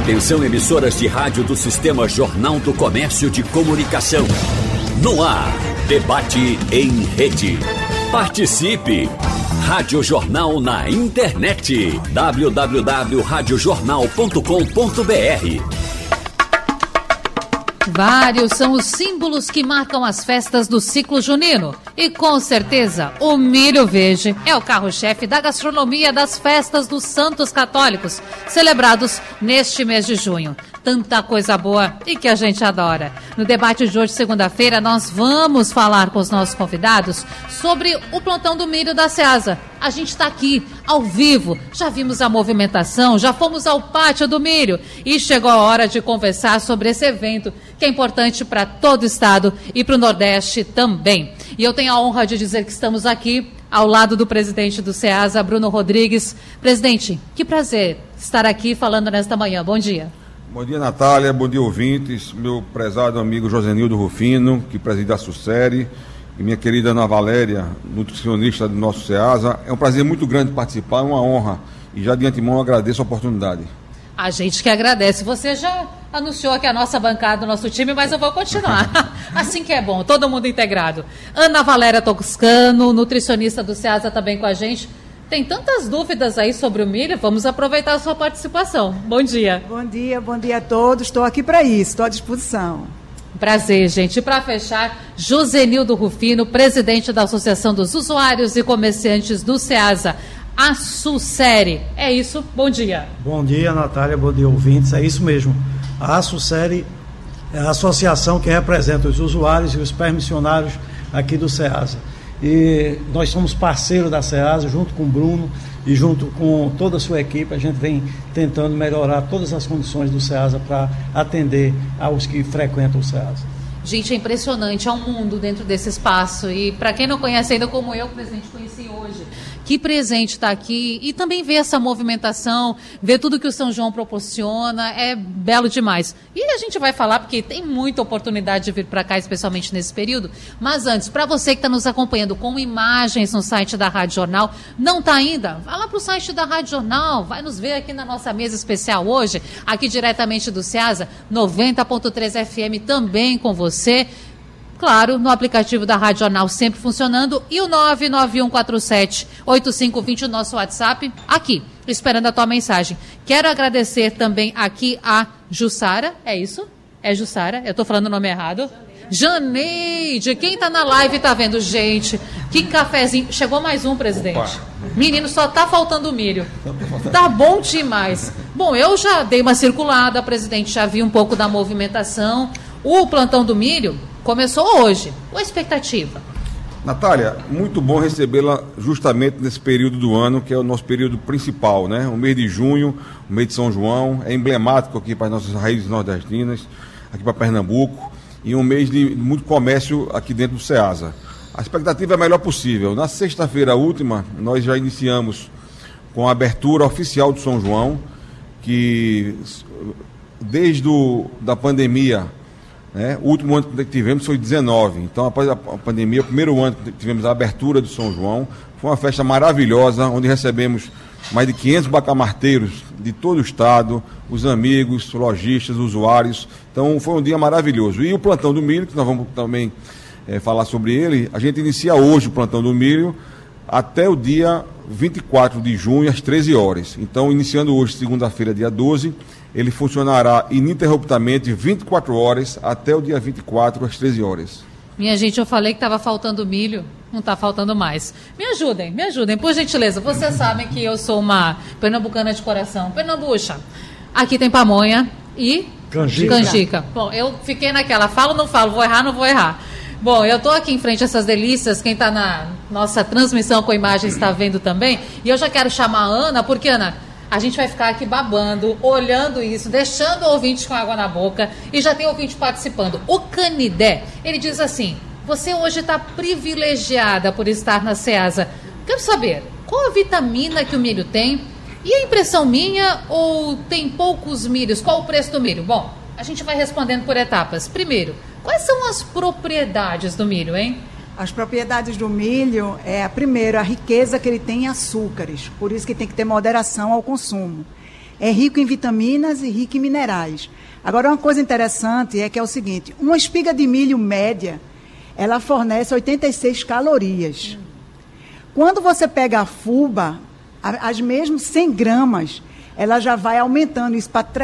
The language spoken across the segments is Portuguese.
Atenção, emissoras de rádio do Sistema Jornal do Comércio de Comunicação. No ar, debate em rede. Participe! Rádio Jornal na internet. www.radiojornal.com.br. Vários são os símbolos que marcam as festas do ciclo junino. E com certeza, o milho verde é o carro-chefe da gastronomia das festas dos Santos Católicos, celebrados neste mês de junho. Tanta coisa boa e que a gente adora. No debate de hoje, segunda-feira, nós vamos falar com os nossos convidados sobre o plantão do milho da Ceasa. A gente está aqui, ao vivo, já vimos a movimentação, já fomos ao pátio do milho e chegou a hora de conversar sobre esse evento que é importante para todo o estado e para o Nordeste também. E eu tenho a honra de dizer que estamos aqui ao lado do presidente do Ceasa, Bruno Rodrigues. Presidente, que prazer estar aqui falando nesta manhã. Bom dia. Bom dia, Natália. Bom dia, ouvintes. Meu prezado amigo Josenildo Rufino, que preside a SUSERE, e minha querida Ana Valéria, nutricionista do nosso Ceasa. É um prazer muito grande participar, é uma honra. E já de antemão agradeço a oportunidade. A gente que agradece. Você já anunciou aqui a nossa bancada, o nosso time, mas eu vou continuar. Assim que é bom, todo mundo integrado. Ana Valéria Toscano, nutricionista do Ceasa, também com a gente. Tem tantas dúvidas aí sobre o milho, vamos aproveitar a sua participação. Bom dia. Bom dia a todos. Estou aqui para isso, estou à disposição. Prazer, gente. E para fechar, Josenildo Rufino, presidente da Associação dos Usuários e Comerciantes do Ceasa, a SUSERE. É isso? Bom dia. Bom dia, Natália. Bom dia, ouvintes. É isso mesmo. A SUSERE é a associação que representa os usuários e os permissionários aqui do Ceasa. E nós somos parceiros da Ceasa, junto com o Bruno e junto com toda a sua equipe. A gente vem tentando melhorar todas as condições do Ceasa para atender aos que frequentam o Ceasa. Gente, é impressionante, é um mundo dentro desse espaço. E para quem não conhece ainda como eu, presidente, conheci hoje. Que presente está aqui e também ver essa movimentação, ver tudo que o São João proporciona, é belo demais. E a gente vai falar, porque tem muita oportunidade de vir para cá, especialmente nesse período. Mas antes, para você que está nos acompanhando com imagens no site da Rádio Jornal, não está ainda? Vai lá para o site da Rádio Jornal, vai nos ver aqui na nossa mesa especial hoje, aqui diretamente do Ceasa, 90.3 FM também com você. Claro, no aplicativo da Rádio Jornal sempre funcionando e o 99147-8520, o nosso WhatsApp, aqui, esperando a tua mensagem. Quero agradecer também aqui a Jussara, é isso? É Jussara? Eu estou falando o nome errado. Janeide, quem está na live está vendo, gente, que cafezinho. Chegou mais um, presidente. Opa. Menino, só está faltando milho. Tá bom demais. Bom, eu já dei uma circulada, presidente, já vi um pouco da movimentação. O plantão do milho começou hoje. Qual a expectativa? Natália, muito bom recebê-la justamente nesse período do ano, que é o nosso período principal, né? O mês de junho, o mês de São João, é emblemático aqui para as nossas raízes nordestinas, aqui para Pernambuco, e um mês de muito comércio aqui dentro do Ceasa. A expectativa é a melhor possível. Na sexta-feira última, nós já iniciamos com a abertura oficial do São João, que desde da pandemia, o último ano que tivemos foi 19, então após a pandemia, o primeiro ano que tivemos a abertura do São João, foi uma festa maravilhosa, onde recebemos mais de 500 bacamarteiros de todo o estado, os amigos, lojistas, usuários, então foi um dia maravilhoso. E o plantão do milho, que nós vamos também falar sobre ele, a gente inicia hoje o plantão do milho até o dia 24 de junho, às 13 horas. Então, iniciando hoje, segunda-feira, dia 12, ele funcionará ininterruptamente 24 horas até o dia 24, às 13 horas. Minha gente, eu falei que estava faltando milho, não está faltando mais. Me ajudem, por gentileza. Vocês sabem que eu sou uma pernambucana de coração, pernambucha. Aqui tem pamonha e canjica. Bom, eu fiquei naquela, falo, não falo, vou errar, não vou errar. Bom, eu estou aqui em frente a essas delícias, quem está na nossa transmissão com imagens está vendo também, e eu já quero chamar a Ana, porque, Ana, a gente vai ficar aqui babando, olhando isso, deixando o ouvinte com água na boca, e já tem ouvinte participando. O Canidé, ele diz assim, você hoje está privilegiada por estar na Ceasa. Quero saber, qual a vitamina que o milho tem? E a impressão minha, ou tem poucos milhos? Qual o preço do milho? Bom, a gente vai respondendo por etapas. Primeiro, quais são as propriedades do milho, hein? As propriedades do milho primeiro, a riqueza que ele tem em açúcares, por isso que tem que ter moderação ao consumo. É rico em vitaminas e rico em minerais. Agora, uma coisa interessante é que é o seguinte, uma espiga de milho média, ela fornece 86 calorias. Quando você pega a fubá, as mesmas 100 gramas, ela já vai aumentando isso para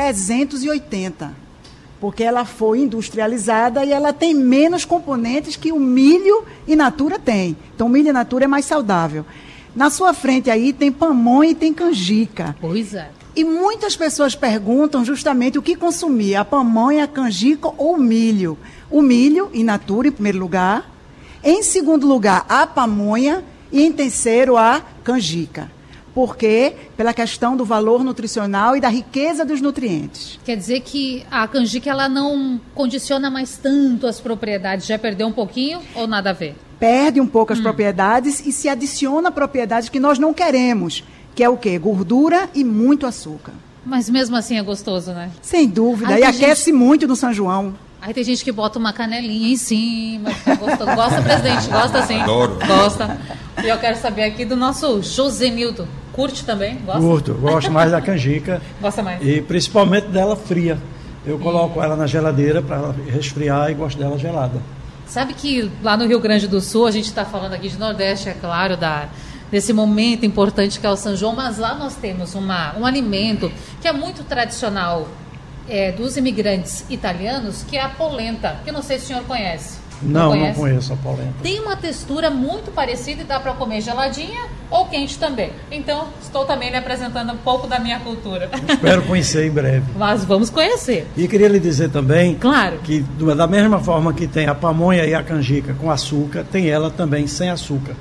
380, porque ela foi industrializada e ela tem menos componentes que o milho in natura tem. Então, o milho in natura é mais saudável. Na sua frente aí tem pamonha e tem canjica. Pois é. E muitas pessoas perguntam justamente o que consumir, a pamonha, a canjica ou o milho. O milho in natura, em primeiro lugar. Em segundo lugar, a pamonha. E em terceiro, a canjica. Por quê? Pela questão do valor nutricional e da riqueza dos nutrientes. Quer dizer que a canjica ela não condiciona mais tanto as propriedades, já perdeu um pouquinho ou nada a ver? Perde um pouco as propriedades e se adiciona propriedades que nós não queremos, que é o quê? Gordura e muito açúcar. Mas mesmo assim é gostoso, né? Sem dúvida, e aquece muito no São João. Aí tem gente que bota uma canelinha em cima, fica gostoso. Gosta, presidente? Gosta sim? Adoro. Gosta. E eu quero saber aqui do nosso Josenilton. Curte também? Gosta? Curto, gosto mais da canjica. Gosta mais? E principalmente dela fria. Eu coloco ela na geladeira para ela resfriar e gosto dela gelada. Sabe que lá no Rio Grande do Sul, a gente está falando aqui de Nordeste, é claro, desse momento importante que é o São João, mas lá nós temos um alimento que é muito tradicional dos imigrantes italianos, que é a polenta, que eu não sei se o senhor conhece. Não conheço a polenta. Tem uma textura muito parecida e dá para comer geladinha ou quente também. Então, estou também lhe apresentando um pouco da minha cultura. Espero conhecer em breve. Mas vamos conhecer. E queria lhe dizer também, claro, que da mesma forma que tem a pamonha e a canjica com açúcar, tem ela também sem açúcar.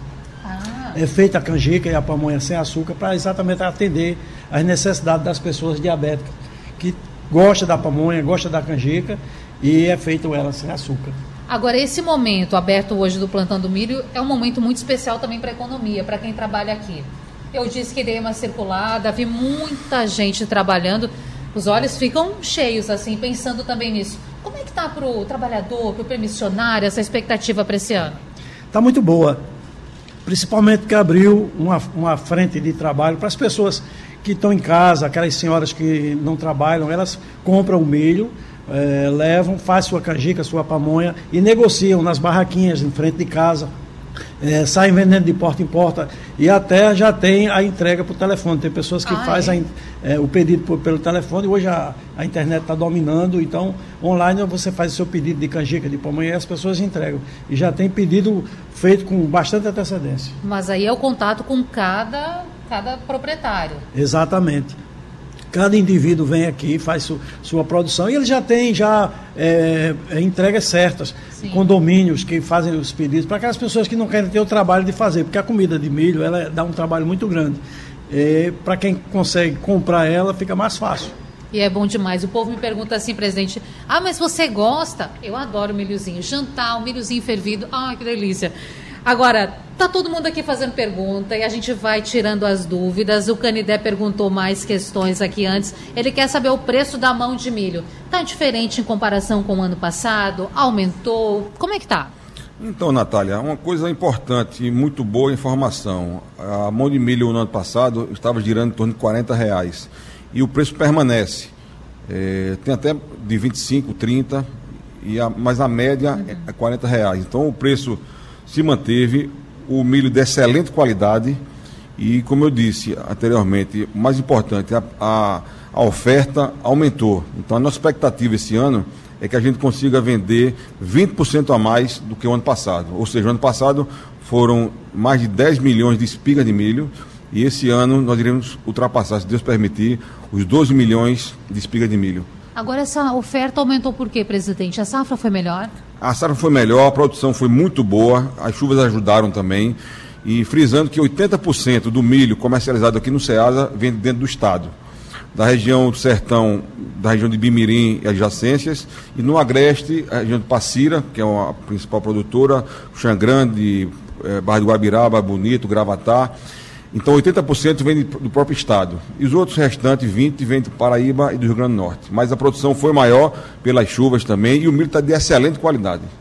É feita a canjica e a pamonha sem açúcar para exatamente atender às necessidades das pessoas diabéticas, que gosta da pamonha, gosta da canjica e é feito ela sem açúcar. Agora, esse momento aberto hoje do Plantão do Milho é um momento muito especial também para a economia, para quem trabalha aqui. Eu disse que dei uma circulada, vi muita gente trabalhando, os olhos ficam cheios, assim, pensando também nisso. Como é que está para o trabalhador, para o permissionário, essa expectativa para esse ano? Está muito boa, principalmente que abriu uma frente de trabalho para as pessoas que estão em casa, aquelas senhoras que não trabalham, elas compram o milho, levam, fazem sua canjica, sua pamonha e negociam nas barraquinhas em frente de casa, saem vendendo de porta em porta e até já tem a entrega por telefone. Tem pessoas que fazem o pedido pelo telefone. Hoje a internet está dominando, então online você faz o seu pedido de canjica, de pamonha e as pessoas entregam. E já tem pedido feito com bastante antecedência. Mas aí é o contato com cada proprietário. Exatamente. Cada indivíduo vem aqui, faz sua produção e ele já tem entregas certas. Sim. Condomínios que fazem os pedidos para aquelas pessoas que não querem ter o trabalho de fazer, porque a comida de milho ela dá um trabalho muito grande. Para quem consegue comprar ela, fica mais fácil. E é bom demais. O povo me pergunta assim, presidente, mas você gosta? Eu adoro milhozinho. Jantar, um milhozinho fervido, que delícia. Agora, tá todo mundo aqui fazendo pergunta e a gente vai tirando as dúvidas. O Canidé perguntou mais questões aqui antes. Ele quer saber o preço da mão de milho. Tá diferente em comparação com o ano passado? Aumentou? Como é que tá? Então, Natália, uma coisa importante e muito boa informação. A mão de milho no ano passado estava girando em torno de R$40 e o preço permanece. Tem até de 25, 30, mas a média é R$40. Então, o preço se manteve, o milho de excelente qualidade e, como eu disse anteriormente, o mais importante, a oferta aumentou. Então, a nossa expectativa esse ano é que a gente consiga vender 20% a mais do que o ano passado. Ou seja, o ano passado foram mais de 10 milhões de espigas de milho e esse ano nós iremos ultrapassar, se Deus permitir, os 12 milhões de espigas de milho. Agora, essa oferta aumentou por quê, presidente? A safra foi melhor? A safra foi melhor, a produção foi muito boa, as chuvas ajudaram também. E frisando que 80% do milho comercializado aqui no Ceasa vem dentro do estado. Da região do Sertão, da região de Bimirim e adjacências. E no Agreste, a região de Passira, que é a principal produtora, Xangrande, Barra do Guabiraba, Bonito, Gravatá. Então, 80% vem do próprio estado. E os outros restantes, 20%, vêm do Paraíba e do Rio Grande do Norte. Mas a produção foi maior pelas chuvas também e o milho está de excelente qualidade.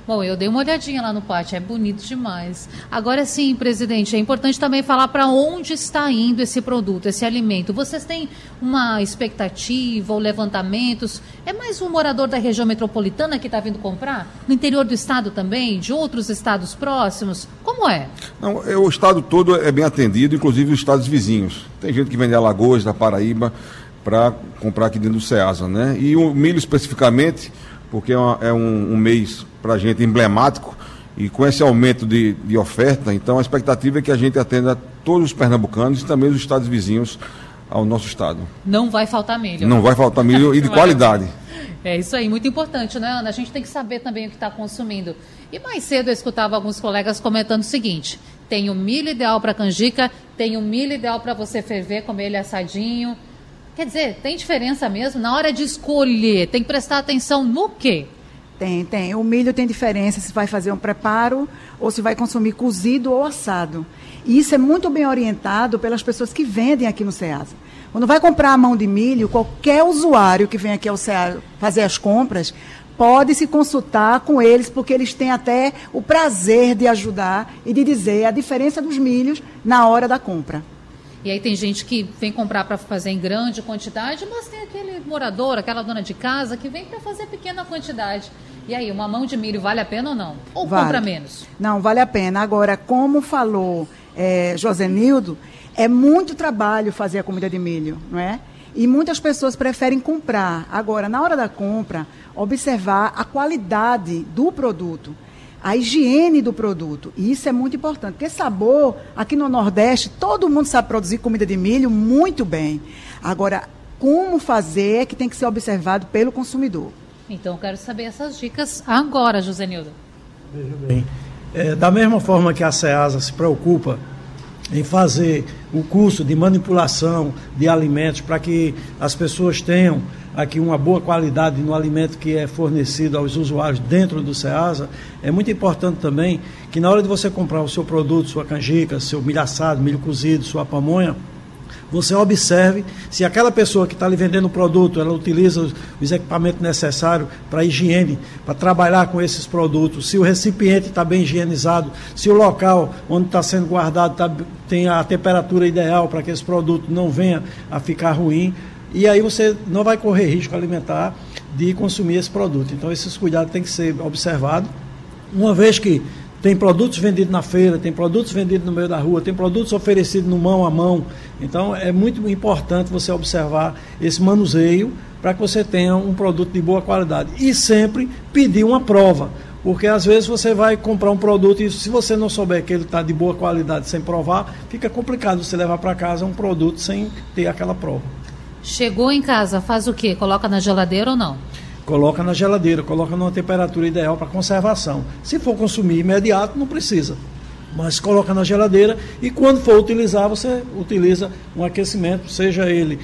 Bom, eu dei uma olhadinha lá no pátio, é bonito demais. Agora sim, presidente, é importante também falar para onde está indo esse produto, esse alimento. Vocês têm uma expectativa ou levantamentos? É mais um morador da região metropolitana que está vindo comprar? No interior do estado também? De outros estados próximos? Como é? Não, o estado todo é bem atendido, inclusive os estados vizinhos. Tem gente que vem de Alagoas, da Paraíba, para comprar aqui dentro do Ceasa, né? E o milho especificamente, porque é um mês para a gente emblemático, e com esse aumento de oferta, então a expectativa é que a gente atenda todos os pernambucanos e também os estados vizinhos ao nosso estado. Não vai faltar milho. Não vai faltar milho e de qualidade. É isso aí, muito importante, né, Ana? A gente tem que saber também o que está consumindo. E mais cedo eu escutava alguns colegas comentando o seguinte: tem o milho ideal para canjica, tem o milho ideal para você ferver, comer ele assadinho. Quer dizer, tem diferença mesmo? Na hora de escolher, tem que prestar atenção no quê? Tem. O milho tem diferença se vai fazer um preparo ou se vai consumir cozido ou assado. E isso é muito bem orientado pelas pessoas que vendem aqui no Ceasa. Quando vai comprar a mão de milho, qualquer usuário que vem aqui ao Ceasa fazer as compras pode se consultar com eles, porque eles têm até o prazer de ajudar e de dizer a diferença dos milhos na hora da compra. E aí tem gente que vem comprar para fazer em grande quantidade, mas tem aquele morador, aquela dona de casa que vem para fazer pequena quantidade. E aí, uma mão de milho vale a pena ou não? Ou vale. Compra menos? Não, vale a pena. Agora, como falou Josenildo, é muito trabalho fazer a comida de milho, não é? E muitas pessoas preferem comprar. Agora, na hora da compra, observar a qualidade do produto, a higiene do produto. E isso é muito importante, porque sabor, aqui no Nordeste, todo mundo sabe produzir comida de milho muito bem. Agora, como fazer é que tem que ser observado pelo consumidor. Então, eu quero saber essas dicas agora, Josenildo. Veja bem, da mesma forma que a Ceasa se preocupa em fazer o curso de manipulação de alimentos para que as pessoas tenham aqui uma boa qualidade no alimento que é fornecido aos usuários dentro do Ceasa, é muito importante também que na hora de você comprar o seu produto, sua canjica, seu milho assado, milho cozido, sua pamonha, você observe se aquela pessoa que está lhe vendendo o produto, ela utiliza os equipamentos necessários para a higiene, para trabalhar com esses produtos, se o recipiente está bem higienizado, se o local onde está sendo guardado tem a temperatura ideal para que esse produto não venha a ficar ruim, e aí você não vai correr risco alimentar de consumir esse produto. Então esses cuidados têm que ser observados, uma vez que tem produtos vendidos na feira, tem produtos vendidos no meio da rua, tem produtos oferecidos no mão a mão. Então, é muito importante você observar esse manuseio para que você tenha um produto de boa qualidade. E sempre pedir uma prova, porque às vezes você vai comprar um produto e se você não souber que ele está de boa qualidade sem provar, fica complicado você levar para casa um produto sem ter aquela prova. Chegou em casa, faz o quê? Coloca na geladeira ou não? Coloca na geladeira, coloca numa temperatura ideal para conservação. Se for consumir imediato, não precisa. Mas coloca na geladeira e quando for utilizar, você utiliza um aquecimento, seja ele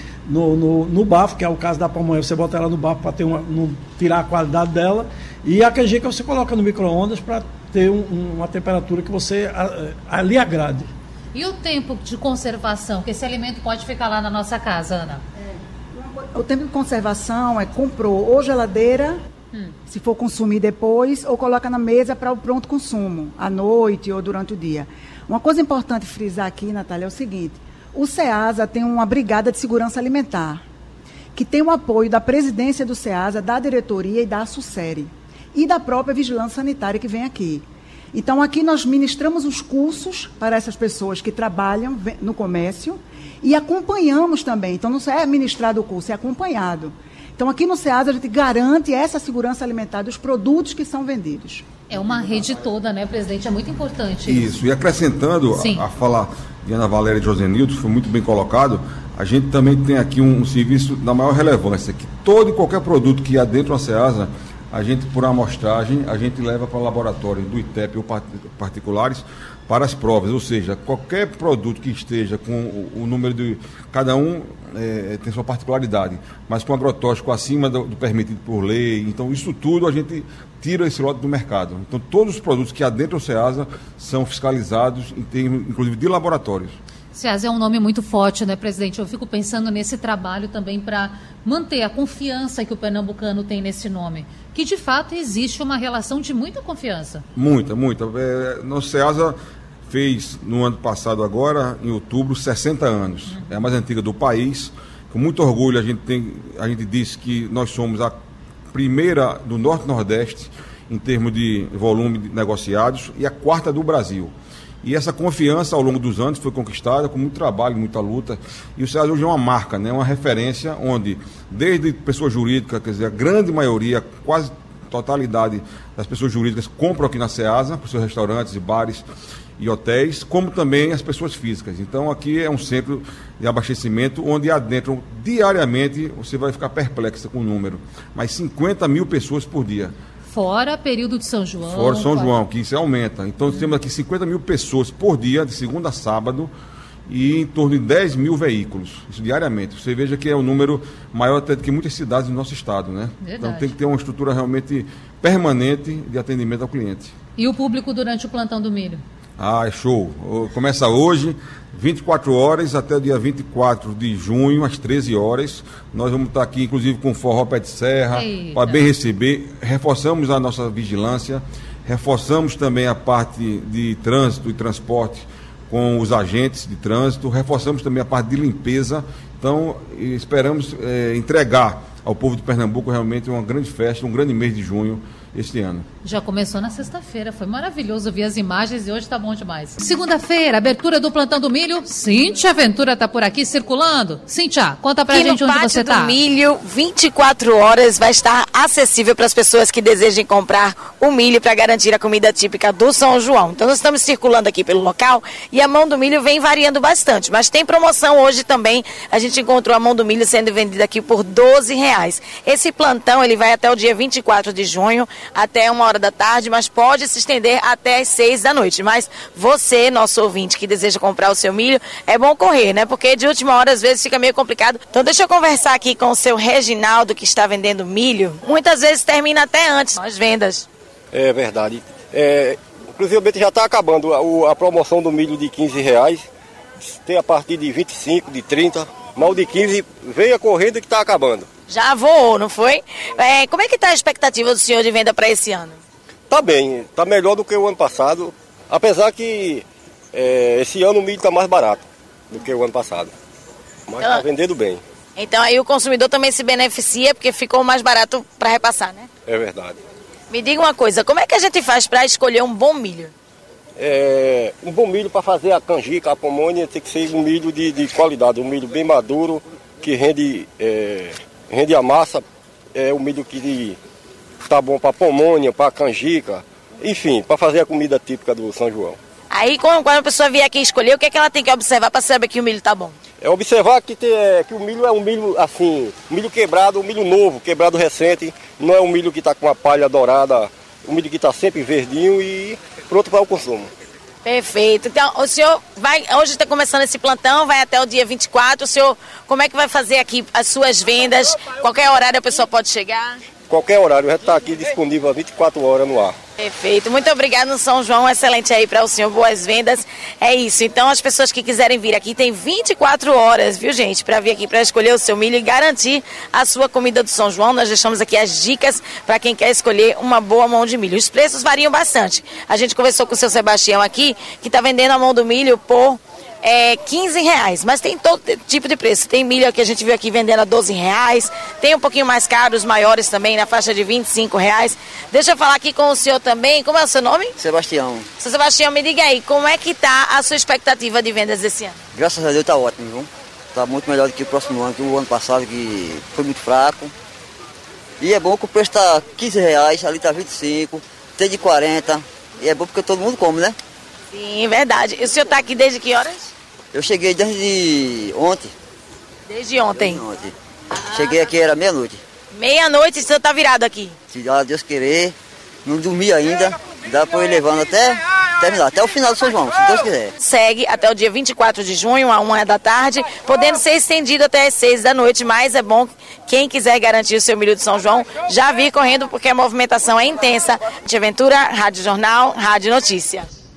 no bafo, que é o caso da pamonha, você bota ela no bafo para tirar a qualidade dela, e a canjica você coloca no micro-ondas para ter uma temperatura que você lhe agrade. E o tempo de conservação, que esse alimento pode ficar lá na nossa casa, Ana? O tempo de conservação comprou ou geladeira, se for consumir depois, ou coloca na mesa para o pronto consumo, à noite ou durante o dia. Uma coisa importante frisar aqui, Natália, é o seguinte: o Ceasa tem uma brigada de segurança alimentar, que tem o apoio da presidência do Ceasa, da diretoria e da Sucere, e da própria vigilância sanitária que vem aqui. Então, aqui nós ministramos os cursos para essas pessoas que trabalham no comércio e acompanhamos também. Então, não é ministrado o curso, é acompanhado. Então, aqui no Ceasa, a gente garante essa segurança alimentar dos produtos que são vendidos. É uma rede toda, né, presidente? É muito importante. Isso. E acrescentando a fala de Ana Valéria e Josenildo, foi muito bem colocado, a gente também tem aqui um serviço da maior relevância, que todo e qualquer produto que há dentro da Ceasa, a gente, por amostragem, a gente leva para o laboratório do ITEP ou particulares para as provas, ou seja, qualquer produto que esteja com o número de... Cada um tem sua particularidade, mas com agrotóxico acima do permitido por lei, então isso tudo a gente tira esse lote do mercado. Então todos os produtos que há dentro do Ceasa são fiscalizados em termos, inclusive, de laboratórios. Ceasa é um nome muito forte, né, presidente? Eu fico pensando nesse trabalho também para manter a confiança que o pernambucano tem nesse nome, que de fato existe uma relação de muita confiança. Muita. Nosso Ceasa fez no ano passado agora, em outubro, 60 anos. É a mais antiga do país. Com muito orgulho a gente diz que nós somos a primeira do Norte e Nordeste em termos de volume de negociados e a quarta do Brasil. E essa confiança ao longo dos anos foi conquistada com muito trabalho, muita luta. E o Ceasa hoje é uma marca, né? Uma referência onde, desde pessoa jurídica, quer dizer, a grande maioria, quase totalidade das pessoas jurídicas compram aqui na Ceasa, para os seus restaurantes e bares e hotéis, como também as pessoas físicas. Então aqui é um centro de abastecimento onde adentram diariamente, você vai ficar perplexa com o número, mas 50 mil pessoas por dia. Fora período de São João. Fora São João, que isso aumenta. Então temos aqui 50 mil pessoas por dia, de segunda a sábado, e em torno de 10 mil veículos, isso diariamente. Você veja que é um número maior até do que muitas cidades do nosso estado, né? Verdade. Então tem que ter uma estrutura realmente permanente de atendimento ao cliente. E o público durante o plantão do milho? É show. Começa hoje, 24 horas, até o dia 24 de junho, às 13 horas. Nós vamos estar aqui, inclusive, com forró pé de serra, para bem receber. Reforçamos a nossa vigilância, reforçamos também a parte de trânsito e transporte com os agentes de trânsito, reforçamos também a parte de limpeza. Então, esperamos entregar ao povo de Pernambuco realmente uma grande festa, um grande mês de junho este ano. Já começou na sexta-feira, foi maravilhoso ver as imagens e hoje tá bom demais. Segunda-feira, abertura do Plantão do Milho. Cíntia Ventura tá por aqui circulando. Cíntia, conta pra gente onde você tá. No Pátio do Milho, 24 horas, vai estar acessível para as pessoas que desejem comprar o milho para garantir a comida típica do São João. Então nós estamos circulando aqui pelo local e a mão do milho vem variando bastante, mas tem promoção hoje também. A gente encontrou a mão do milho sendo vendida aqui por R$12. Esse plantão ele vai até o dia 24 de junho, até 1h da tarde, mas pode se estender até as 6 da noite. Mas você, nosso ouvinte, que deseja comprar o seu milho, é bom correr, né? Porque de última hora, às vezes, fica meio complicado. Então deixa eu conversar aqui com o seu Reginaldo, que está vendendo milho. Muitas vezes termina até antes as vendas. É verdade. Inclusive já está acabando a promoção do milho de R$15. Tem a partir de 25, de 30. Mal de 15, venha correndo que está acabando. Já voou, não foi? Como é que está a expectativa do senhor de venda para esse ano? Tá bem, tá melhor do que o ano passado, apesar que esse ano o milho está mais barato do que o ano passado, mas está vendendo bem. Então aí o consumidor também se beneficia porque ficou mais barato para repassar, né? É verdade. Me diga uma coisa, como é que a gente faz para escolher um bom milho? Um bom milho para fazer a canjica, a pamonha, tem que ser um milho de qualidade, um milho bem maduro, que rende a massa, o milho que está bom para pamonha, para canjica, enfim, para fazer a comida típica do São João. Aí quando a pessoa vier aqui escolher, o que é que ela tem que observar para saber que o milho está bom? Observar que o milho é um milho assim, milho quebrado, um milho novo, quebrado recente, não é um milho que está com a palha dourada, um milho que está sempre verdinho e pronto para o consumo. Perfeito. Então, o senhor hoje está começando esse plantão, vai até o dia 24, o senhor, como é que vai fazer aqui as suas vendas? Qualquer horário a pessoa pode chegar? Qualquer horário, já está aqui disponível 24 horas no ar. Perfeito, muito obrigado no São João, excelente aí para o senhor, boas vendas. É isso, então as pessoas que quiserem vir aqui tem 24 horas, viu gente, para vir aqui para escolher o seu milho e garantir a sua comida do São João. Nós deixamos aqui as dicas para quem quer escolher uma boa mão de milho. Os preços variam bastante. A gente conversou com o seu Sebastião aqui, que está vendendo a mão do milho por R$15, mas tem todo tipo de preço. Tem milho que a gente viu aqui vendendo a R$12, tem um pouquinho mais caro, os maiores também, na faixa de R$25. Deixa eu falar aqui com o senhor também, como é o seu nome? Sebastião. Seu Sebastião, me diga aí, como é que tá a sua expectativa de vendas desse ano? Graças a Deus tá ótimo, viu? Tá muito melhor do que o próximo ano, que o ano passado que foi muito fraco. E é bom que o preço tá R$15, ali tá 25, tem de 40, e é bom porque todo mundo come, né? Sim, verdade. E o senhor tá aqui desde que horas? Eu cheguei desde ontem. Desde ontem? Desde ontem. Cheguei aqui, era meia-noite. Meia-noite, o senhor tá virado aqui? Se Deus querer, não dormi ainda, dá pra eu ir levando até terminar, até o final do São João, se Deus quiser. Segue até o dia 24 de junho, à 1 da tarde, podendo ser estendido até as 6 da noite, mas é bom quem quiser garantir o seu milho de São João, já vir correndo, porque a movimentação é intensa. Cíntia Ventura, Rádio Jornal, Rádio Notícia.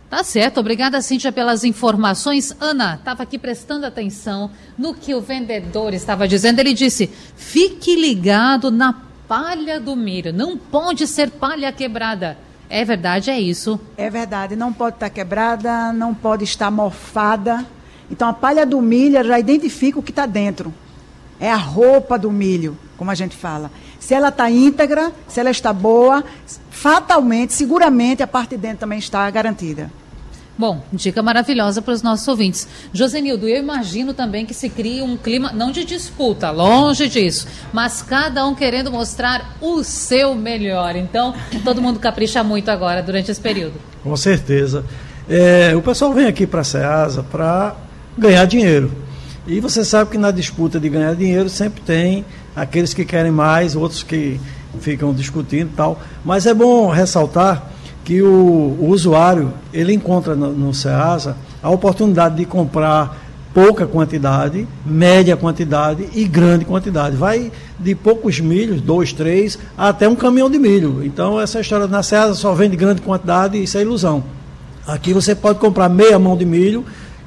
Tá certo, obrigada, Cíntia, pelas informações. Ana, estava aqui prestando atenção no que o vendedor estava dizendo. Ele disse, fique ligado na palha do milho, não pode ser palha quebrada. É verdade, é isso? É verdade, não pode estar quebrada, não pode estar mofada. Então a palha do milho já identifica o que está dentro. É a roupa do milho, como a gente fala. Se ela está íntegra, se ela está boa, fatalmente, seguramente, a parte de dentro também está garantida. Bom, dica maravilhosa para os nossos ouvintes. Josenildo, eu imagino também que se crie um clima, não de disputa, longe disso, mas cada um querendo mostrar o seu melhor. Então, todo mundo capricha muito agora, durante esse período. Com certeza. O pessoal vem aqui para a Ceasa para ganhar dinheiro. E você sabe que na disputa de ganhar dinheiro sempre tem aqueles que querem mais, outros que ficam discutindo e tal. Mas é bom ressaltar que o usuário, ele encontra no Ceasa a oportunidade de comprar pouca quantidade, média quantidade e grande quantidade. Vai de poucos milhos, 2, 3, até um caminhão de milho. Então, essa história na Ceasa só vende grande quantidade, isso é ilusão. Aqui você pode comprar meia mão de milho,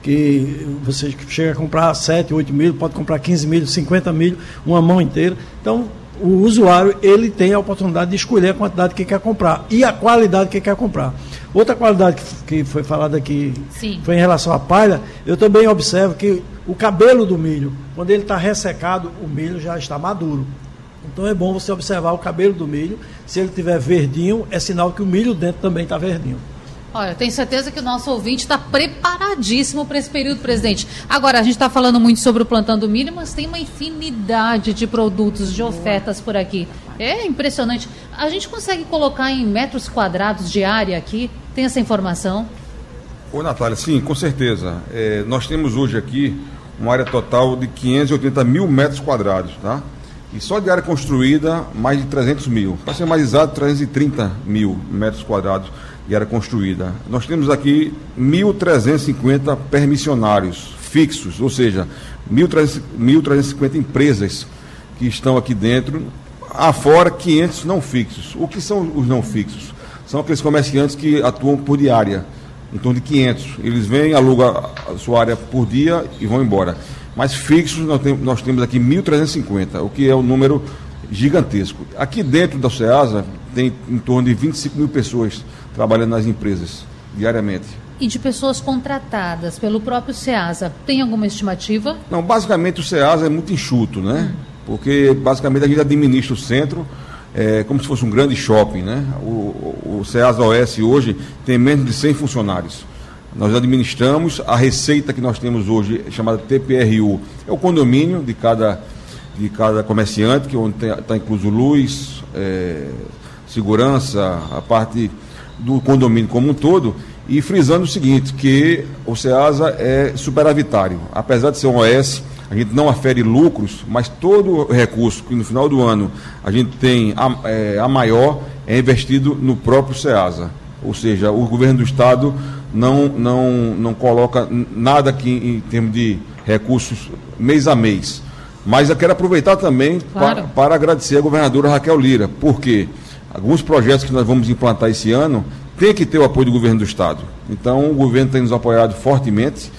que você chega a comprar 7, 8 milho, pode comprar 15 milho, 50 milho, uma mão inteira. Então, o usuário, ele tem a oportunidade de escolher a quantidade que quer comprar e a qualidade que quer comprar. Outra qualidade que foi falada aqui, foi em relação à palha. Eu também observo que o cabelo do milho, quando ele está ressecado, o milho já está maduro. Então é bom você observar o cabelo do milho. Se ele estiver verdinho, é sinal que o milho dentro também está verdinho. Olha, tenho certeza que o nosso ouvinte está preparadíssimo para esse período, presidente. Agora, a gente está falando muito sobre o plantão do milho, mas tem uma infinidade de produtos, de ofertas por aqui. É impressionante. A gente consegue colocar em metros quadrados de área aqui? Tem essa informação? Ô, Natália, sim, com certeza. Nós temos hoje aqui uma área total de 580 mil metros quadrados, tá? E só de área construída, mais de 300 mil. Para ser mais exato, 330 mil metros quadrados de área construída. Nós temos aqui 1.350 permissionários fixos, ou seja, 1.350 empresas que estão aqui dentro, afora 500 não fixos. O que são os não fixos? São aqueles comerciantes que atuam por diária, em torno de 500. Eles vêm, alugam a sua área por dia e vão embora. Mas fixos nós temos aqui 1.350, o que é um número gigantesco. Aqui dentro da Ceasa tem em torno de 25 mil pessoas trabalhando nas empresas diariamente. E de pessoas contratadas pelo próprio Ceasa, tem alguma estimativa? Não, basicamente o Ceasa é muito enxuto, né? Porque basicamente a gente administra o centro como se fosse um grande shopping, né? O Ceasa OS hoje tem menos de 100 funcionários. Nós administramos a receita que nós temos hoje, chamada TPRU, é o condomínio de cada comerciante, que onde está incluso luz, segurança, a parte do condomínio como um todo, e frisando o seguinte, que o Ceasa é superavitário. Apesar de ser um OS, a gente não afere lucros, mas todo o recurso que no final do ano a gente tem a maior é investido no próprio Ceasa. Ou seja, o governo do Estado não coloca nada aqui em termos de recursos mês a mês. Mas eu quero aproveitar também para agradecer a governadora Raquel Lira, porque alguns projetos que nós vamos implantar esse ano tem que ter o apoio do governo do Estado. Então, o governo tem nos apoiado fortemente.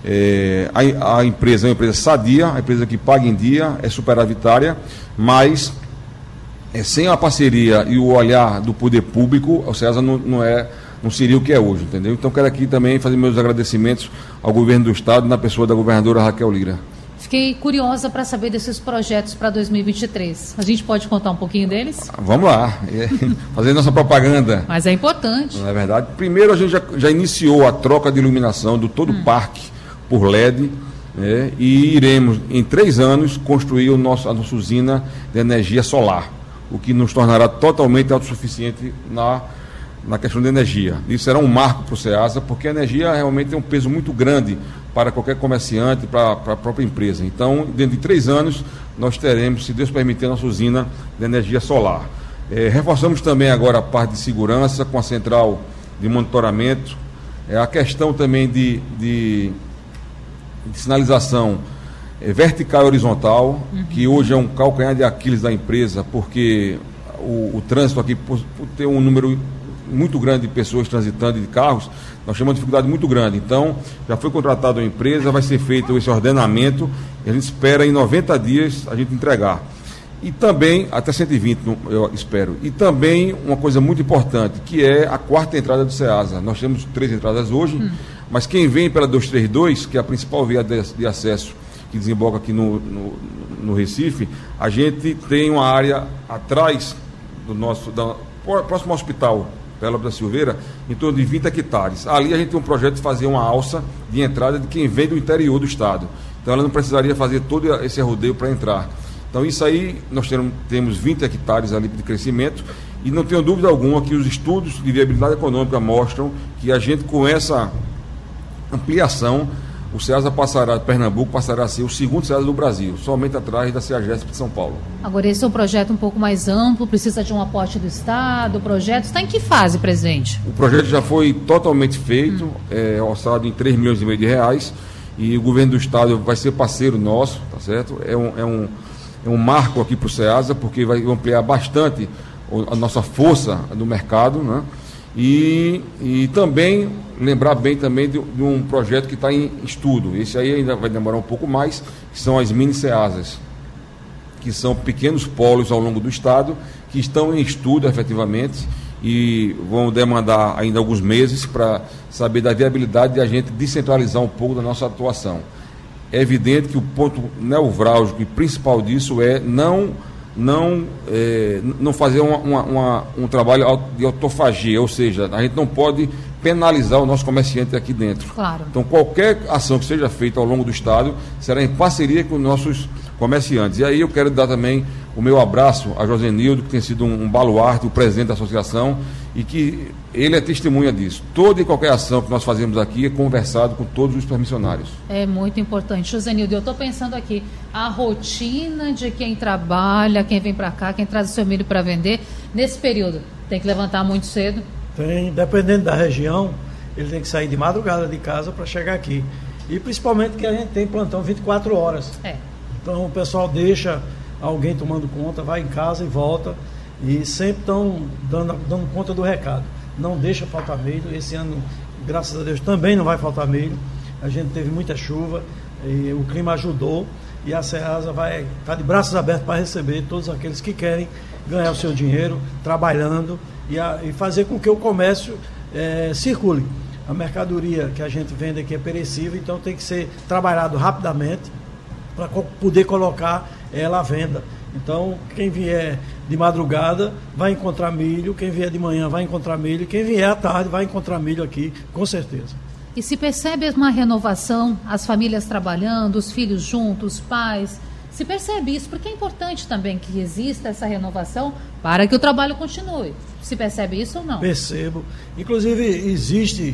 A empresa é uma empresa sadia, a empresa que paga em dia, é superavitária, mas sem a parceria e o olhar do poder público, o Ceasa não seria o que é hoje, entendeu? Então, quero aqui também fazer meus agradecimentos ao governo do Estado, na pessoa da governadora Raquel Lira. Fiquei curiosa para saber desses projetos para 2023. A gente pode contar um pouquinho deles? Vamos lá, fazer nossa propaganda. Mas é importante. Não é verdade? Primeiro, a gente já iniciou a troca de iluminação do todo o parque por LED, né? E iremos, em 3 anos, construir a nossa usina de energia solar, o que nos tornará totalmente autossuficiente na questão de energia. Isso será um marco para o Ceasa, porque a energia realmente tem um peso muito grande para qualquer comerciante, para a própria empresa. Então, dentro de 3 anos, nós teremos, se Deus permitir, a nossa usina de energia solar. Reforçamos também agora a parte de segurança, com a central de monitoramento, a questão também de sinalização vertical e horizontal, que hoje é um calcanhar de Aquiles da empresa, porque o trânsito aqui, por ter um número muito grande de pessoas transitando de carros, nós temos uma dificuldade muito grande. Então, já foi contratada uma empresa, vai ser feito esse ordenamento, e a gente espera em 90 dias a gente entregar. E também, até 120, eu espero. E também uma coisa muito importante, que é a 4ª entrada do SEASA. Nós temos 3 entradas hoje, mas quem vem pela 232, que é a principal via de acesso que desemboca aqui no Recife, a gente tem uma área atrás do próximo ao hospital Pérola da Silveira, em torno de 20 hectares. Ali a gente tem um projeto de fazer uma alça de entrada de quem vem do interior do estado. Então ela não precisaria fazer todo esse rodeio para entrar. Então isso aí, nós temos 20 hectares ali de crescimento e não tenho dúvida alguma que os estudos de viabilidade econômica mostram que a gente, com essa ampliação, o SEASA Pernambuco passará a ser o 2º SEASA do Brasil, somente atrás da CEAGESP de São Paulo. Agora, esse é um projeto um pouco mais amplo, precisa de um aporte do Estado, o projeto está em que fase, presidente? O projeto já foi totalmente feito, orçado em 3,5 milhões de reais, e o governo do Estado vai ser parceiro nosso, tá certo? É um marco aqui para o SEASA, porque vai ampliar bastante a nossa força no mercado, né? E também lembrar bem também de um projeto que está em estudo. Esse aí ainda vai demorar um pouco mais, que são as mini SEASAs, que são pequenos polos ao longo do estado, que estão em estudo efetivamente e vão demandar ainda alguns meses para saber da viabilidade de a gente descentralizar um pouco da nossa atuação. É evidente que o ponto nevrálgico e principal disso é não fazer um trabalho de autofagia, ou seja, a gente não pode penalizar o nosso comerciante aqui dentro. Claro. Então, qualquer ação que seja feita ao longo do estado será em parceria com os nossos comerciantes. E aí eu quero dar também o meu abraço a Josenildo, que tem sido um baluarte, o presidente da associação, e que ele é testemunha disso. Toda e qualquer ação que nós fazemos aqui é conversado com todos os permissionários. É muito importante. Josenildo, eu estou pensando aqui, a rotina de quem trabalha, quem vem para cá, quem traz o seu milho para vender, nesse período, tem que levantar muito cedo? Tem, dependendo da região, ele tem que sair de madrugada de casa para chegar aqui. E principalmente que a gente tem plantão 24 horas. Então o pessoal deixa alguém tomando conta, vai em casa e volta, e sempre estão dando conta do recado. Não deixa faltar milho. Esse ano, graças a Deus, também não vai faltar milho. A gente teve muita chuva e o clima ajudou, e a SEASA vai estar de braços abertos para receber todos aqueles que querem ganhar o seu dinheiro trabalhando e fazer com que o comércio circule. A mercadoria que a gente vende aqui é perecível, então tem que ser trabalhado rapidamente para poder colocar ela à venda. Então, quem vier de madrugada vai encontrar milho, quem vier de manhã vai encontrar milho, quem vier à tarde vai encontrar milho aqui, com certeza. E se percebe uma renovação, as famílias trabalhando, os filhos juntos, os pais, se percebe isso, porque é importante também que exista essa renovação para que o trabalho continue. Se percebe isso ou não? Percebo. Inclusive, existe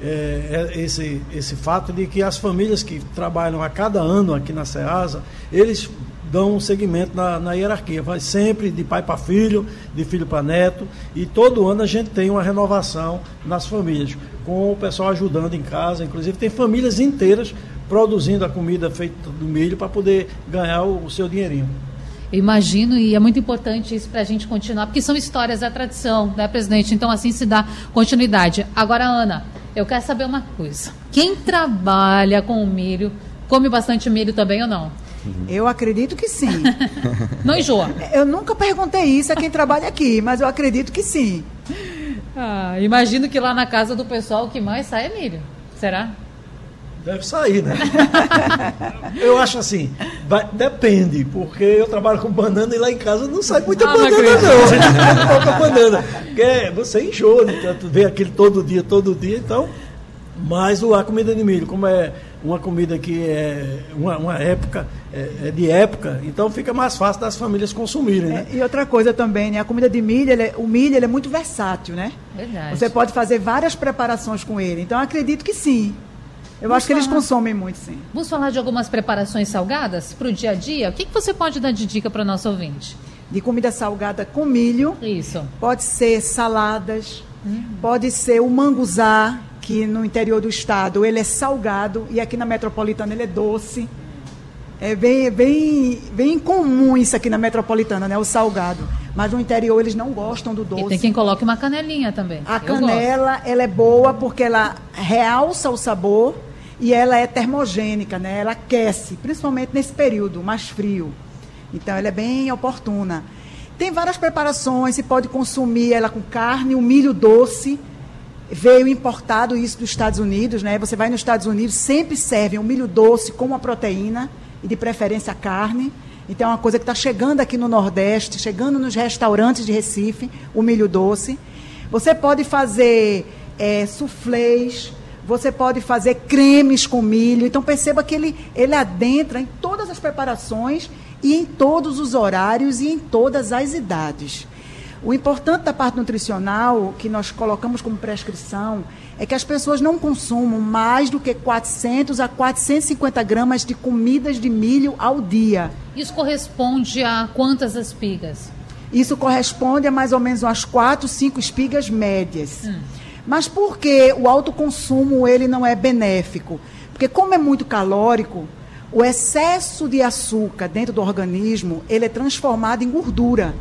esse fato de que as famílias que trabalham a cada ano aqui na SEASA, eles dão um segmento na hierarquia, vai sempre de pai para filho, de filho para neto, e todo ano a gente tem uma renovação nas famílias, com o pessoal ajudando em casa. Inclusive tem famílias inteiras produzindo a comida feita do milho para poder ganhar o seu dinheirinho. Eu imagino, e é muito importante isso para a gente continuar, porque são histórias da tradição, né, presidente? Então assim se dá continuidade. Agora, Ana, eu quero saber uma coisa. Quem trabalha com o milho, come bastante milho também ou não? Eu acredito que sim. Não enjoa? Eu nunca perguntei isso a quem trabalha aqui, mas eu acredito que sim. Imagino que lá na casa do pessoal o que mais sai é milho. Será? Deve sair, né? Eu acho assim, depende, porque eu trabalho com banana e lá em casa não sai muita banana, não. Pouca banana. Porque você enjoa, né? Tu vê aquilo todo dia, então. Mas a comida de milho, como é uma comida que é uma época, é de época, então fica mais fácil das famílias consumirem, né? E outra coisa também, né? A comida de milho, o milho ele é muito versátil, né? Verdade. Você pode fazer várias preparações com ele, então acredito que sim. Eu acho que eles consomem muito, sim. Vamos falar de algumas preparações salgadas para o dia a dia? O que você pode dar de dica para o nosso ouvinte? De comida salgada com milho. Isso. Pode ser saladas, pode ser o manguzá, que no interior do estado ele é salgado e aqui na metropolitana ele é doce. É bem comum isso aqui na metropolitana, né? O salgado. mas no interior eles não gostam do doce. E tem quem coloque uma canelinha também. A canela, ela é boa porque ela realça o sabor e ela é termogênica, né? Ela aquece, principalmente nesse período mais frio. Então, ela é bem oportuna. Tem várias preparações, se pode consumir ela com carne, o milho doce. Veio importado isso dos Estados Unidos, né? Você vai nos Estados Unidos, sempre servem o milho doce com uma proteína e de preferência a carne. Então é uma coisa que está chegando aqui no Nordeste, chegando nos restaurantes de Recife, o milho doce. Você pode fazer suflês, você pode fazer cremes com milho. Então perceba que ele adentra em todas as preparações e em todos os horários e em todas as idades. O importante da parte nutricional, que nós colocamos como prescrição, é que as pessoas não consumam mais do que 400 a 450 gramas de comidas de milho ao dia. Isso corresponde a quantas espigas? Isso corresponde a mais ou menos umas 4, 5 espigas médias. Mas por que o alto consumo ele não é benéfico? Porque como é muito calórico, o excesso de açúcar dentro do organismo, ele é transformado em gordura.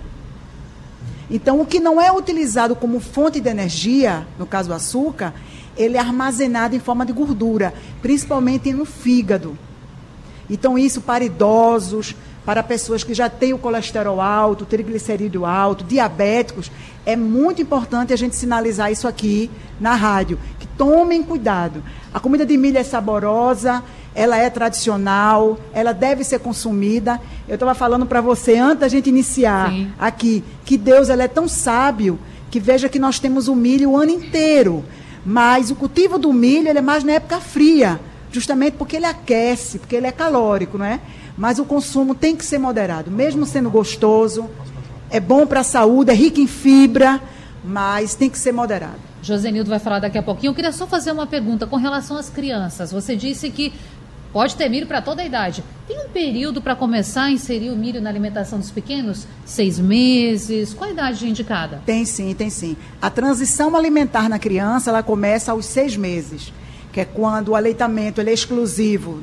Então, o que não é utilizado como fonte de energia, no caso do açúcar, ele é armazenado em forma de gordura, principalmente no fígado. Então, isso para idosos, para pessoas que já têm o colesterol alto, triglicerídeo alto, diabéticos, é muito importante a gente sinalizar isso aqui na rádio, que tomem cuidado. A comida de milho é saborosa, ela é tradicional, ela deve ser consumida. Eu estava falando para você, antes da gente iniciar aqui, que Deus ele é tão sábio, que veja que nós temos o milho o ano inteiro. Mas o cultivo do milho ele é mais na época fria, justamente porque ele aquece, porque ele é calórico, não é? Mas o consumo tem que ser moderado, mesmo sendo gostoso, é bom para a saúde, é rico em fibra, mas tem que ser moderado. Josenildo vai falar daqui a pouquinho. Eu queria só fazer uma pergunta com relação às crianças. Você disse que pode ter milho para toda a idade. Tem um período para começar a inserir o milho na alimentação dos pequenos? 6 meses? Qual a idade indicada? Tem sim. A transição alimentar na criança, ela começa aos 6 meses, que é quando o aleitamento ele é exclusivo,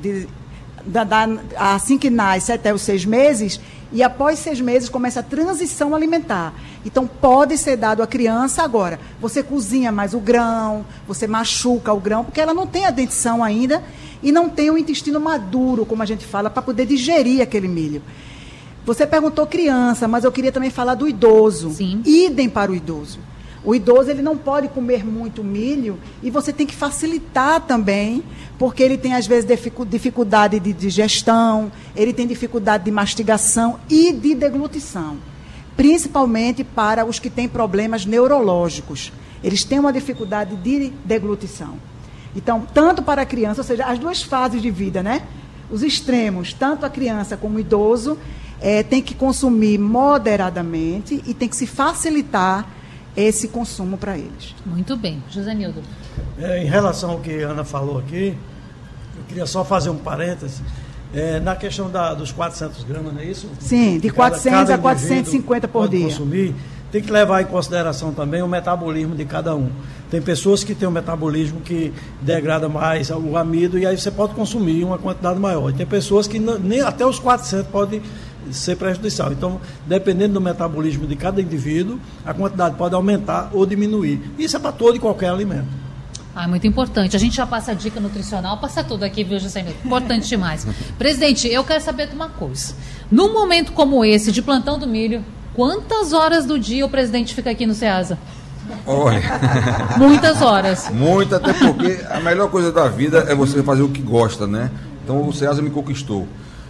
assim que nasce até os 6 meses, e após 6 meses começa a transição alimentar. Então, pode ser dado à criança agora. Você cozinha mais o grão, você machuca o grão, porque ela não tem a dentição ainda e não tem o intestino maduro, como a gente fala, para poder digerir aquele milho. Você perguntou criança, mas eu queria também falar do idoso. Sim. Idem para o idoso. O idoso ele não pode comer muito milho e você tem que facilitar também, porque ele tem, às vezes, dificuldade de digestão, ele tem dificuldade de mastigação e de deglutição, principalmente para os que têm problemas neurológicos. Eles têm uma dificuldade de deglutição. Então, tanto para a criança, ou seja, as duas fases de vida, né? Os extremos, tanto a criança como o idoso, tem que consumir moderadamente e tem que se facilitar esse consumo para eles. Muito bem. Josenildo. Em relação ao que a Ana falou aqui, eu queria só fazer um parêntese. Na questão dos 400 gramas, não é isso? Sim, de 400 a 450 por dia. Consumir, tem que levar em consideração também o metabolismo de cada um. Tem pessoas que têm um metabolismo que degrada mais o amido e aí você pode consumir uma quantidade maior. E tem pessoas que nem até os 400 podem ser prejudicial. Então, dependendo do metabolismo de cada indivíduo, a quantidade pode aumentar ou diminuir. Isso é para todo e qualquer alimento. Muito importante. A gente já passa a dica nutricional, passa tudo aqui, viu, José? Importante demais. Presidente, eu quero saber de uma coisa. Num momento como esse, de plantão do milho, quantas horas do dia o presidente fica aqui no Ceasa? Olha. Muitas horas. Muita, até porque a melhor coisa da vida é você fazer o que gosta, né? Então o Ceasa me conquistou.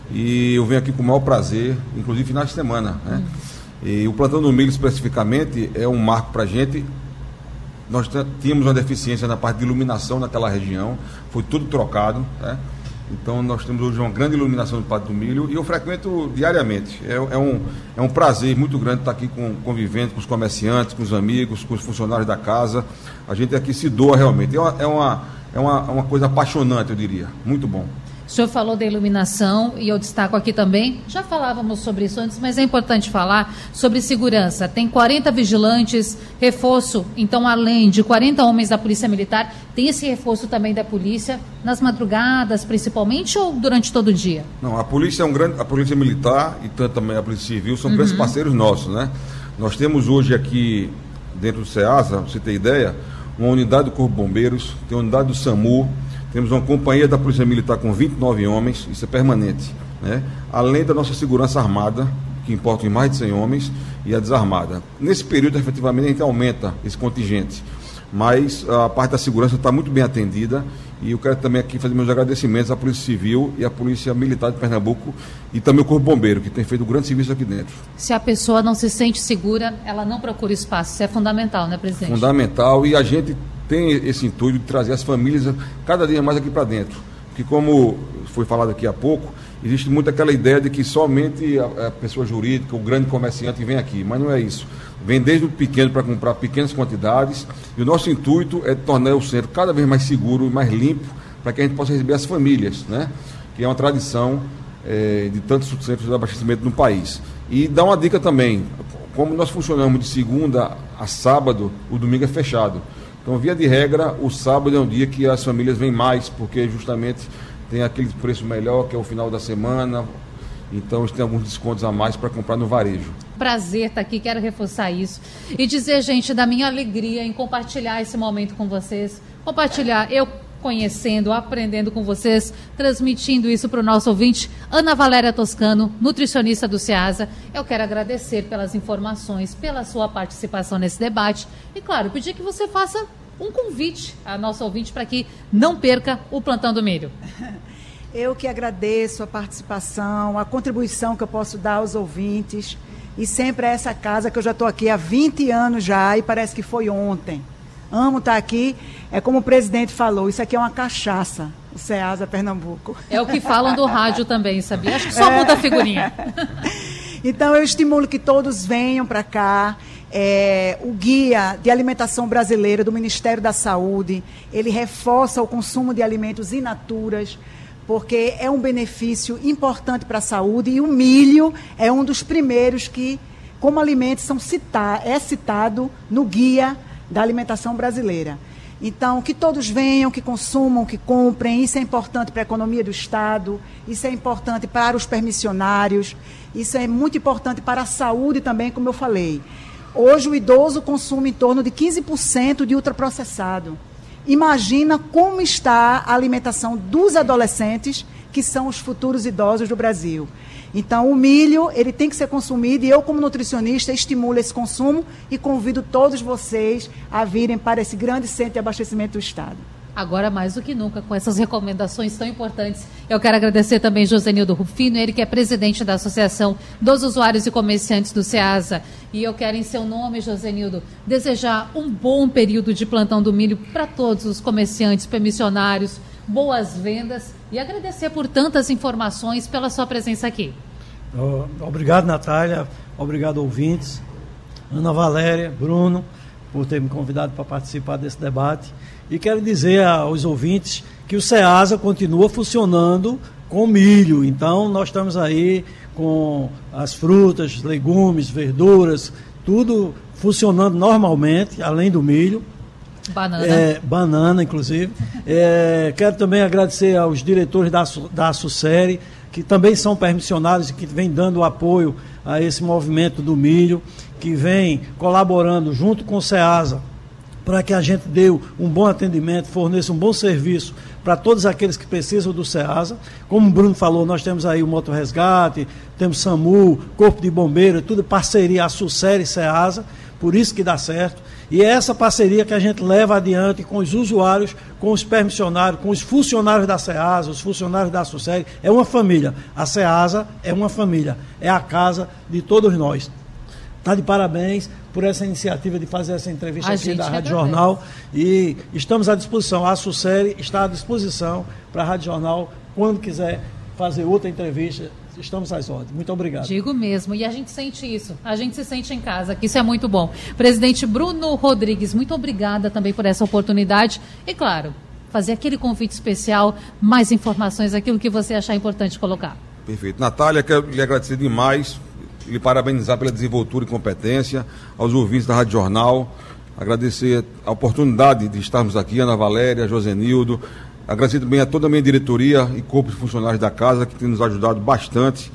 E eu venho aqui com o maior prazer, inclusive final de semana, né? E o plantão do milho especificamente é um marco para a gente. Nós tínhamos uma deficiência na parte de iluminação naquela região, foi tudo trocado, né? Então nós temos hoje uma grande iluminação do Pátio do Milho e eu frequento diariamente. É um prazer muito grande estar aqui convivendo com os comerciantes, com os amigos, com os funcionários da casa. A gente aqui se doa realmente. É uma coisa apaixonante, eu diria. Muito bom. O senhor falou da iluminação e eu destaco aqui também, já falávamos sobre isso antes, mas é importante falar sobre segurança. Tem 40 vigilantes, reforço, então além de 40 homens da Polícia Militar, tem esse reforço também da polícia, nas madrugadas principalmente ou durante todo o dia? Não, a polícia a Polícia Militar e tanto também a Polícia Civil são grandes parceiros nossos, né? Nós temos hoje aqui, dentro do SEASA, para você ter ideia, uma unidade do Corpo de Bombeiros, tem uma unidade do SAMU, temos uma companhia da Polícia Militar com 29 homens, isso é permanente, né? Além da nossa segurança armada, que importa em mais de 100 homens, e a desarmada. Nesse período, efetivamente, a gente aumenta esse contingente, mas a parte da segurança está muito bem atendida, e eu quero também aqui fazer meus agradecimentos à Polícia Civil e à Polícia Militar de Pernambuco e também ao Corpo Bombeiro, que tem feito um grande serviço aqui dentro. Se a pessoa não se sente segura, ela não procura espaço. Isso é fundamental, né, presidente? Fundamental, e a gente tem esse intuito de trazer as famílias cada dia mais aqui para dentro. Porque, como foi falado aqui há pouco, existe muito aquela ideia de que somente a pessoa jurídica, o grande comerciante vem aqui, mas não é isso. Vem desde o pequeno para comprar pequenas quantidades, e o nosso intuito é tornar o centro cada vez mais seguro e mais limpo, para que a gente possa receber as famílias, né? Que é uma tradição de tantos centros de abastecimento no país. E dá uma dica também, como nós funcionamos de segunda a sábado, o domingo é fechado. Então, via de regra, o sábado é um dia que as famílias vêm mais, porque justamente tem aquele preço melhor, que é o final da semana. Então, eles têm alguns descontos a mais para comprar no varejo. Prazer estar aqui, quero reforçar isso. E dizer, gente, da minha alegria em compartilhar esse momento com vocês. Compartilhar, eu conhecendo, aprendendo com vocês, transmitindo isso para o nosso ouvinte. Ana Valéria Toscano, nutricionista do SEASA. Eu quero agradecer pelas informações, pela sua participação nesse debate. E, claro, pedir que você faça um convite a nosso ouvinte para que não perca o Plantão do Milho. Eu que agradeço a participação, a contribuição que eu posso dar aos ouvintes. E sempre é essa casa que eu já estou aqui há 20 anos já e parece que foi ontem. Amo estar aqui. É como o presidente falou, isso aqui é uma cachaça, o SEASA Pernambuco. É o que falam do rádio também, sabia? Acho que só muda a figurinha. Então eu estimulo que todos venham para cá. O Guia de Alimentação Brasileira do Ministério da Saúde, ele reforça o consumo de alimentos in naturas, porque é um benefício importante para a saúde, e o milho é um dos primeiros que, como alimento, é citado no Guia da Alimentação Brasileira. Então, que todos venham, que consumam, que comprem, isso é importante para a economia do Estado, isso é importante para os permissionários, isso é muito importante para a saúde também, como eu falei. Hoje o idoso consome em torno de 15% de ultraprocessado. Imagina como está a alimentação dos adolescentes, que são os futuros idosos do Brasil. Então, o milho, ele tem que ser consumido, e eu, como nutricionista, estimulo esse consumo e convido todos vocês a virem para esse grande centro de abastecimento do Estado. Agora, mais do que nunca, com essas recomendações tão importantes, eu quero agradecer também Josenildo Rufino, ele que é presidente da Associação dos Usuários e Comerciantes do SEASA. E eu quero, em seu nome, Josenildo, desejar um bom período de plantão do milho para todos os comerciantes, permissionários, boas vendas, e agradecer por tantas informações, pela sua presença aqui. Obrigado, Natália. Obrigado, ouvintes. Ana Valéria, Bruno, por ter me convidado para participar desse debate. E quero dizer aos ouvintes que o SEASA continua funcionando com milho. Então, nós estamos aí com as frutas, legumes, verduras, tudo funcionando normalmente, além do milho. Banana. Banana, inclusive. Quero também agradecer aos diretores da ASUCERE, que também são permissionários e que vêm dando apoio a esse movimento do milho, que vem colaborando junto com o SEASA para que a gente dê um bom atendimento, forneça um bom serviço para todos aqueles que precisam do SEASA. Como o Bruno falou, nós temos aí o Motorresgate, temos SAMU, Corpo de Bombeiro, tudo parceria, ASUCERE e SEASA, por isso que dá certo. E é essa parceria que a gente leva adiante com os usuários, com os permissionários, com os funcionários da SEASA, os funcionários da ASUCERE. É uma família. A SEASA é uma família. É a casa de todos nós. Está de parabéns por essa iniciativa de fazer essa entrevista aqui da Rádio Jornal. E estamos à disposição. A ASUCERE está à disposição para a Rádio Jornal. Quando quiser fazer outra entrevista, estamos às ordens. Muito obrigado. Digo mesmo, e a gente sente isso, a gente se sente em casa, que isso é muito bom. Presidente Bruno Rodrigues, muito obrigada também por essa oportunidade e, claro, fazer aquele convite especial, mais informações, aquilo que você achar importante colocar. Perfeito. Natália, quero lhe agradecer demais, lhe parabenizar pela desenvoltura e competência, aos ouvintes da Rádio Jornal, agradecer a oportunidade de estarmos aqui, Ana Valéria, Josenildo, agradecer também a toda a minha diretoria e corpo de funcionários da casa, que tem nos ajudado bastante.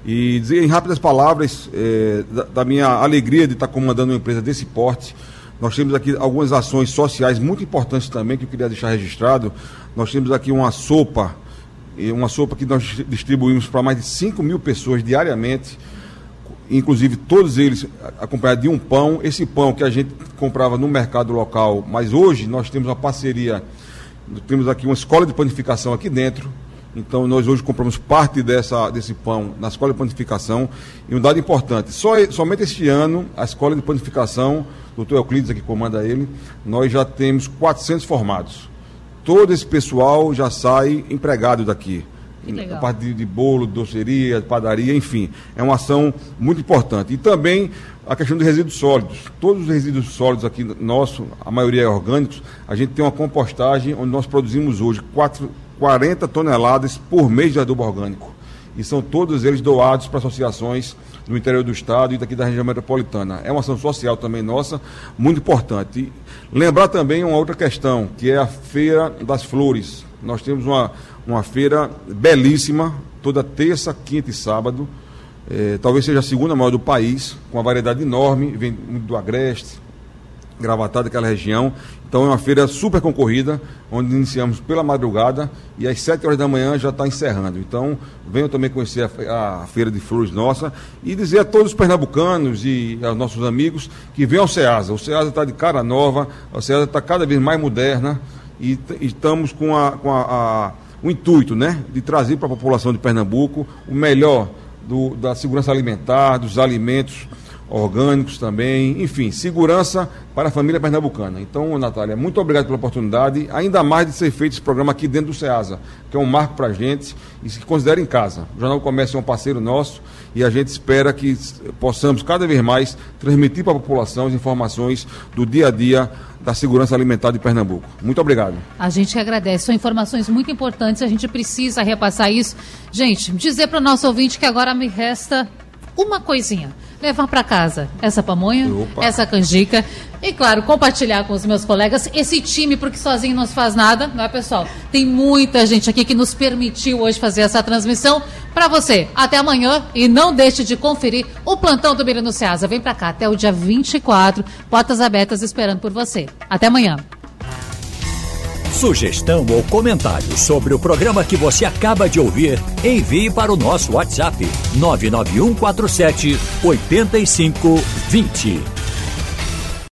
E dizer em rápidas palavras da minha alegria de estar comandando uma empresa desse porte. Nós temos aqui algumas ações sociais muito importantes também, que eu queria deixar registrado. Nós temos aqui uma sopa que nós distribuímos para mais de 5 mil pessoas diariamente, inclusive todos eles acompanhados de um pão. Esse pão que a gente comprava no mercado local, mas hoje nós temos uma parceria, temos aqui uma escola de panificação aqui dentro. Então, nós hoje compramos parte desse pão na escola de panificação. E um dado importante, somente este ano, a escola de panificação, o doutor Euclides, que comanda ele, nós já temos 400 formados. Todo esse pessoal já sai empregado daqui. A parte de bolo, doceria, padaria, enfim. É uma ação muito importante. E também a questão de resíduos sólidos. Todos os resíduos sólidos aqui nosso, a maioria é orgânicos, a gente tem uma compostagem onde nós produzimos hoje 40 toneladas por mês de adubo orgânico. E são todos eles doados para associações do interior do estado e daqui da região metropolitana. É uma ação social também nossa, muito importante. E lembrar também uma outra questão, que é a Feira das Flores. Nós temos uma feira belíssima, toda terça, quinta e sábado. Talvez seja a segunda maior do país, com uma variedade enorme, vem muito do Agreste, Gravatá, daquela região. Então é uma feira super concorrida, onde iniciamos pela madrugada e às 7 horas da manhã já está encerrando. Então venham também conhecer a Feira de Flores nossa e dizer a todos os pernambucanos e aos nossos amigos que venham ao Ceasa. O Ceasa está de cara nova, o Ceasa está cada vez mais moderna e estamos com o intuito, né, de trazer para a população de Pernambuco o melhor da segurança alimentar, dos alimentos orgânicos também, enfim, segurança para a família pernambucana. Então, Natália, muito obrigado pela oportunidade, ainda mais de ser feito esse programa aqui dentro do Ceasa, que é um marco para a gente e se considera em casa. O Jornal do Comércio é um parceiro nosso e a gente espera que possamos cada vez mais transmitir para a população as informações do dia a dia da segurança alimentar de Pernambuco. Muito obrigado. A gente agradece, são informações muito importantes, a gente precisa repassar isso. Gente, dizer para o nosso ouvinte que agora me resta uma coisinha. Levar para casa essa pamonha, essa canjica e, claro, compartilhar com os meus colegas esse time, porque sozinho não se faz nada, não é, pessoal? Tem muita gente aqui que nos permitiu hoje fazer essa transmissão. Para você, até amanhã e não deixe de conferir o plantão do Milho no Ceasa. Vem para cá até o dia 24, portas abertas esperando por você. Até amanhã. Sugestão ou comentário sobre o programa que você acaba de ouvir, envie para o nosso WhatsApp 99147 8520.